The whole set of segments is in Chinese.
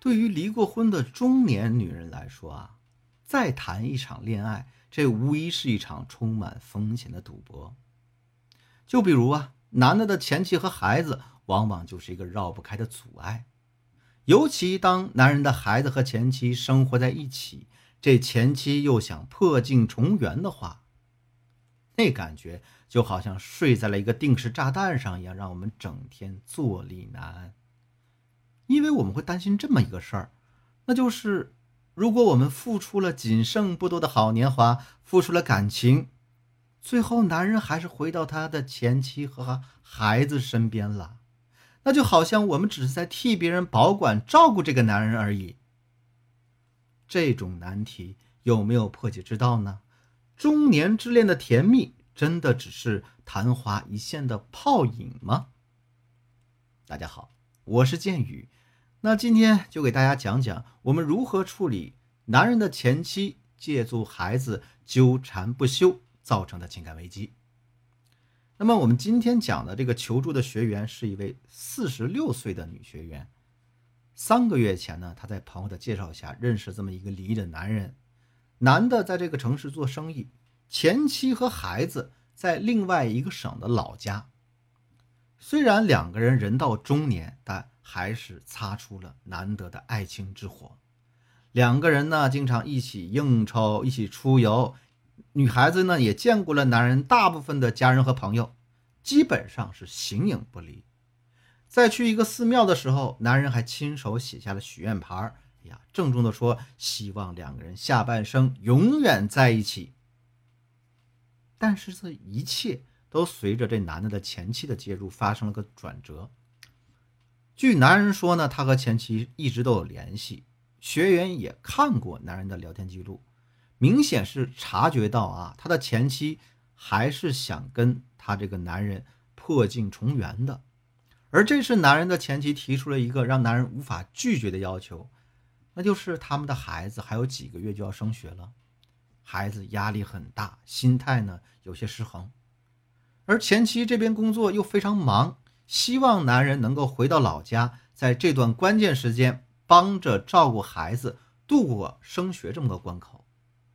对于离过婚的中年女人来说啊，再谈一场恋爱，这无疑是一场充满风险的赌博。就比如啊，男的前妻和孩子往往就是一个绕不开的阻碍。尤其当男人的孩子和前妻生活在一起，这前妻又想破镜重圆的话，那感觉就好像睡在了一个定时炸弹上一样，让我们整天坐立难安。因为我们会担心这么一个事儿，那就是如果我们付出了仅剩不多的好年华，付出了感情，最后男人还是回到他的前妻和孩子身边了，那就好像我们只是在替别人保管照顾这个男人而已。这种难题有没有破解之道呢？中年之恋的甜蜜真的只是昙花一现的泡影吗？大家好，我是剑宇，那今天就给大家讲讲我们如何处理男人的前妻借助孩子纠缠不休造成的情感危机。那么我们今天讲的这个求助的学员是一位46岁的女学员。3个月前呢，她在朋友的介绍下认识这么一个离异的男人。男的在这个城市做生意，前妻和孩子在另外一个省的老家。虽然两个人人到中年，但还是擦出了难得的爱情之火。两个人呢，经常一起应酬，一起出游。女孩子呢，也见过了男人大部分的家人和朋友，基本上是形影不离。在去一个寺庙的时候，男人还亲手写下了许愿牌，郑重地说希望两个人下半生永远在一起。但是这一切都随着这男的的前妻的介入发生了个转折。据男人说呢，他和前妻一直都有联系，学员也看过男人的聊天记录，明显是察觉到他的前妻还是想跟他这个男人破镜重圆的。而这是男人的前妻提出了一个让男人无法拒绝的要求，那就是他们的孩子还有几个月就要升学了，孩子压力很大，心态呢有些失衡。而前妻这边工作又非常忙，希望男人能够回到老家，在这段关键时间帮着照顾孩子，度过升学这么个关口。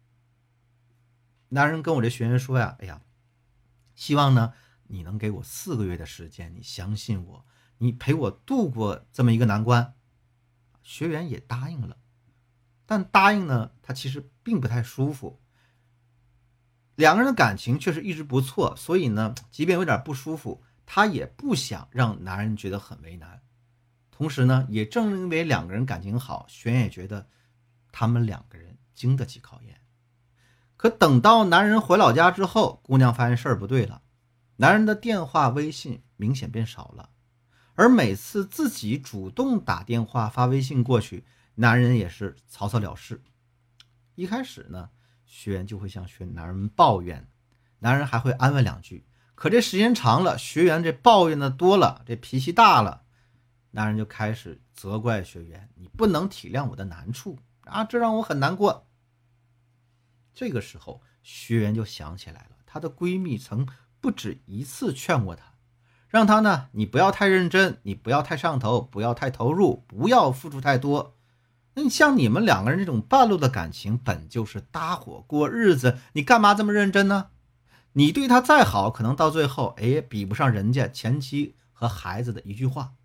男人跟我这学员说希望呢你能给我4个月的时间，你相信我，你陪我度过这么一个难关。学员也答应了，但答应呢，他其实并不太舒服。两个人的感情确实一直不错，所以呢，即便有点不舒服，他也不想让男人觉得很为难。同时呢，也正因为两个人感情好，学员也觉得他们两个人经得起考验。可等到男人回老家之后，姑娘发现事儿不对了，男人的电话微信明显变少了，而每次自己主动打电话发微信过去，男人也是草草了事。一开始呢，学员就会向男人抱怨，男人还会安慰2句，可这时间长了，学员这抱怨的多了，这脾气大了，男人就开始责怪学员，你不能体谅我的难处这让我很难过。这个时候学员就想起来了，她的闺蜜曾不止一次劝过她，让她呢，你不要太认真，你不要太上头，不要太投入，不要付出太多。那你像你们两个人这种半路的感情本就是搭伙过日子，你干嘛这么认真呢？你对他再好，可能到最后也比不上人家前妻和孩子的一句话。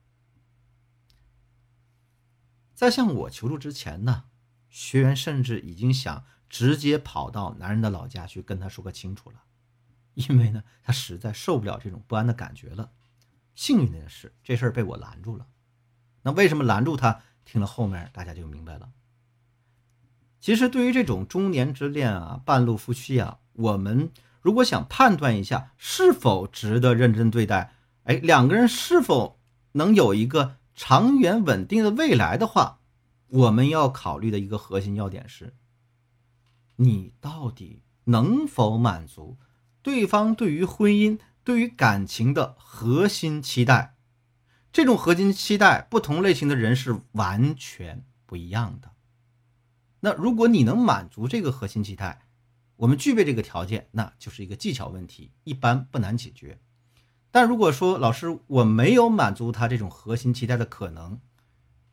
在向我求助之前呢，学员甚至已经想直接跑到男人的老家去跟他说个清楚了，因为呢，他实在受不了这种不安的感觉了。幸运的是，这事儿被我拦住了。那为什么拦住他？听了后面大家就明白了。其实对于这种中年之恋半路夫妻我们如果想判断一下是否值得认真对待，两个人是否能有一个长远稳定的未来的话，我们要考虑的一个核心要点是，你到底能否满足对方对于婚姻、对于感情的核心期待。这种核心期待，不同类型的人是完全不一样的。那如果你能满足这个核心期待，我们具备这个条件，那就是一个技巧问题，一般不难解决。但如果说老师我没有满足他这种核心期待的可能，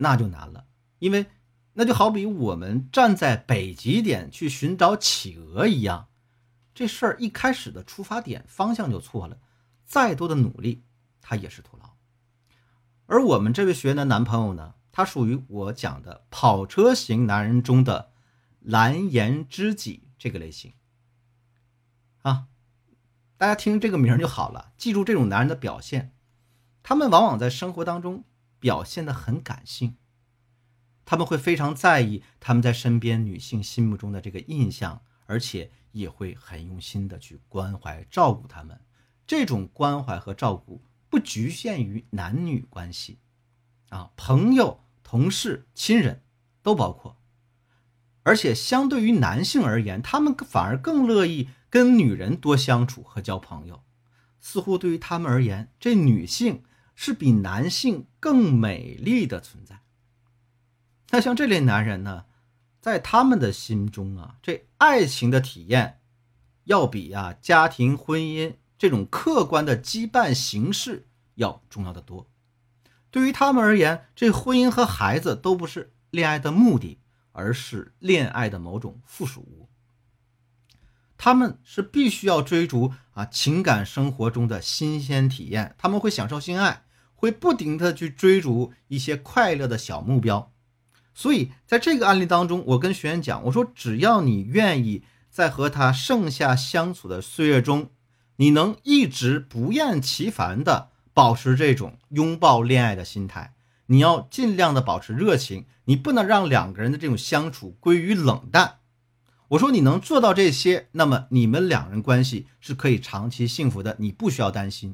那就难了，因为那就好比我们站在北极点去寻找企鹅一样，这事儿一开始的出发点方向就错了，再多的努力它也是徒劳。而我们这位学员的男朋友呢，他属于我讲的跑车型男人中的蓝颜知己这个类型啊，大家听这个名就好了，记住这种男人的表现。他们往往在生活当中表现得很感性，他们会非常在意他们在身边女性心目中的这个印象，而且也会很用心的去关怀照顾他们。这种关怀和照顾不局限于男女关系啊，朋友、同事、亲人都包括。而且相对于男性而言，他们反而更乐意跟女人多相处和交朋友。似乎对于他们而言，这女性是比男性更美丽的存在。那像这类男人呢，在他们的心中啊，这爱情的体验要比家庭婚姻这种客观的羁绊形式要重要的多。对于他们而言，这婚姻和孩子都不是恋爱的目的，而是恋爱的某种附属物。他们是必须要追逐情感生活中的新鲜体验，他们会享受性爱，会不停的去追逐一些快乐的小目标。所以在这个案例当中，我跟学员讲，我说只要你愿意在和他剩下相处的岁月中，你能一直不厌其烦的保持这种拥抱恋爱的心态，你要尽量的保持热情，你不能让两个人的这种相处归于冷淡。我说你能做到这些，那么你们两人关系是可以长期幸福的，你不需要担心。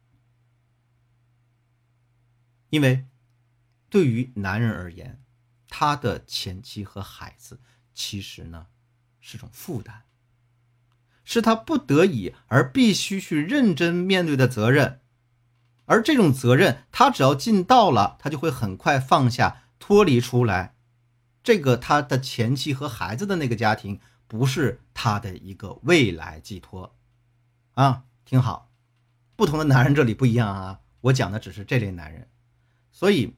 因为对于男人而言，他的前妻和孩子其实呢是种负担，是他不得已而必须去认真面对的责任。而这种责任他只要尽到了，他就会很快放下，脱离出来。这个他的前妻和孩子的那个家庭不是他的一个未来寄托啊，听好，不同的男人这里不一样啊，我讲的只是这类男人。所以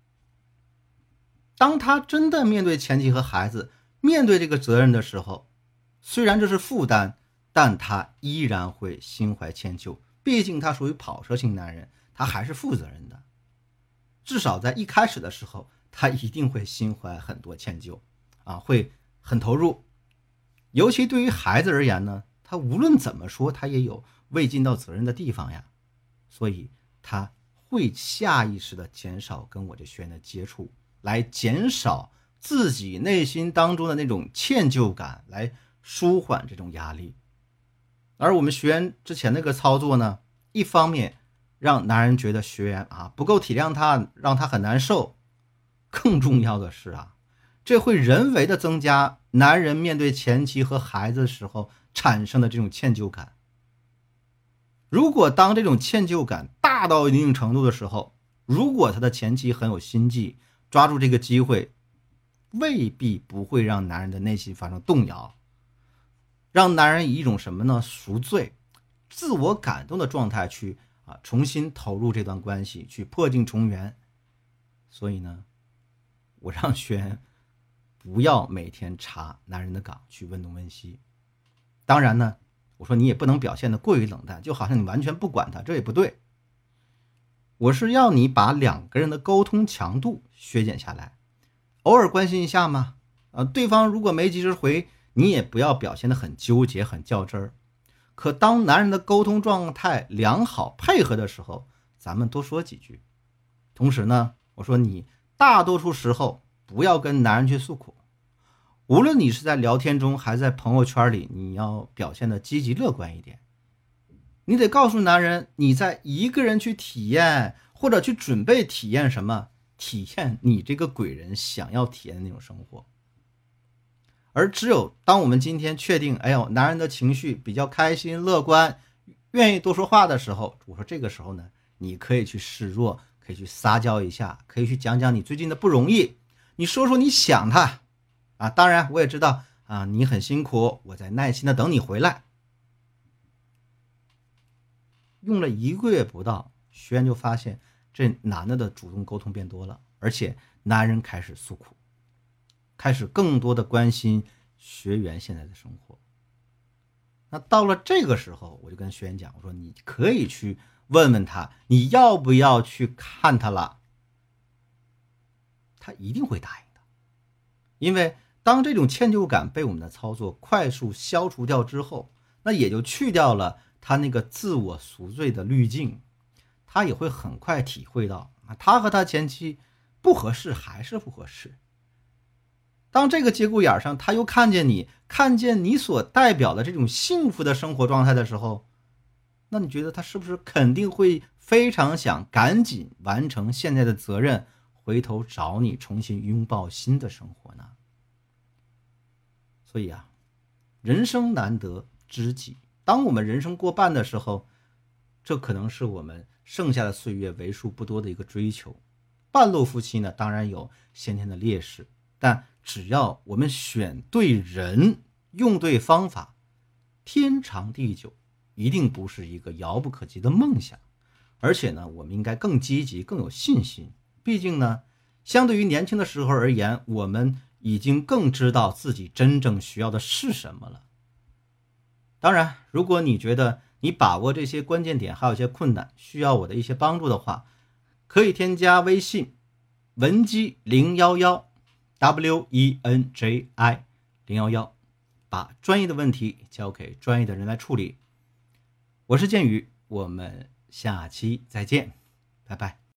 当他真的面对前妻和孩子，面对这个责任的时候，虽然这是负担，但他依然会心怀歉疚，毕竟他属于跑车型男人，他还是负责任的。至少在一开始的时候，他一定会心怀很多歉疚会很投入。尤其对于孩子而言呢，他无论怎么说，他也有未尽到责任的地方呀，所以他会下意识的减少跟我这学员的接触，来减少自己内心当中的那种歉疚感，来舒缓这种压力。而我们学员之前那个操作呢，一方面让男人觉得学员不够体谅他，让他很难受，更重要的是这会人为的增加男人面对前妻和孩子的时候产生的这种歉疚感。如果当这种歉疚感大到一定程度的时候，如果他的前妻很有心计，抓住这个机会，未必不会让男人的内心发生动摇，让男人以一种什么呢？赎罪、自我感动的状态去重新投入这段关系，去破镜重圆。所以呢，我让学员不要每天查男人的岗去问东问西。当然呢，我说你也不能表现得过于冷淡，就好像你完全不管他，这也不对。我是要你把两个人的沟通强度削减下来，偶尔关心一下嘛，对方如果没及时回，你也不要表现得很纠结、很较真儿。可当男人的沟通状态良好、配合的时候，咱们多说几句。同时呢，我说你大多数时候不要跟男人去诉苦，无论你是在聊天中还是在朋友圈里，你要表现得积极乐观一点。你得告诉男人，你在一个人去体验，或者去准备体验什么，体验你这个鬼人想要体验的那种生活。而只有当我们今天确定，男人的情绪比较开心、乐观，愿意多说话的时候，我说这个时候呢，你可以去示弱，可以去撒娇一下，可以去讲讲你最近的不容易，你说说你想他当然我也知道你很辛苦，我在耐心的等你回来。用了1个月不到，学员就发现这男的的主动沟通变多了而且男人开始诉苦，开始更多的关心学员现在的生活。那到了这个时候，我就跟学员讲，我说你可以去问问他，你要不要去看他了，他一定会答应的。因为当这种歉疚感被我们的操作快速消除掉之后，那也就去掉了他那个自我赎罪的滤镜，他也会很快体会到他和他前妻不合适还是不合适。当这个节骨眼上他又看见你所代表的这种幸福的生活状态的时候，那你觉得他是不是肯定会非常想赶紧完成现在的责任，回头找你重新拥抱新的生活呢？所以人生难得知己，当我们人生过半的时候，这可能是我们剩下的岁月为数不多的一个追求。半路夫妻呢，当然有先天的劣势，但只要我们选对人，用对方法，天长地久一定不是一个遥不可及的梦想。而且呢，我们应该更积极，更有信心。毕竟呢，相对于年轻的时候而言，我们已经更知道自己真正需要的是什么了。当然，如果你觉得你把握这些关键点还有一些困难，需要我的一些帮助的话，可以添加微信文姬011 WENJI 011，把专业的问题交给专业的人来处理。我是建宇，我们下期再见，拜拜。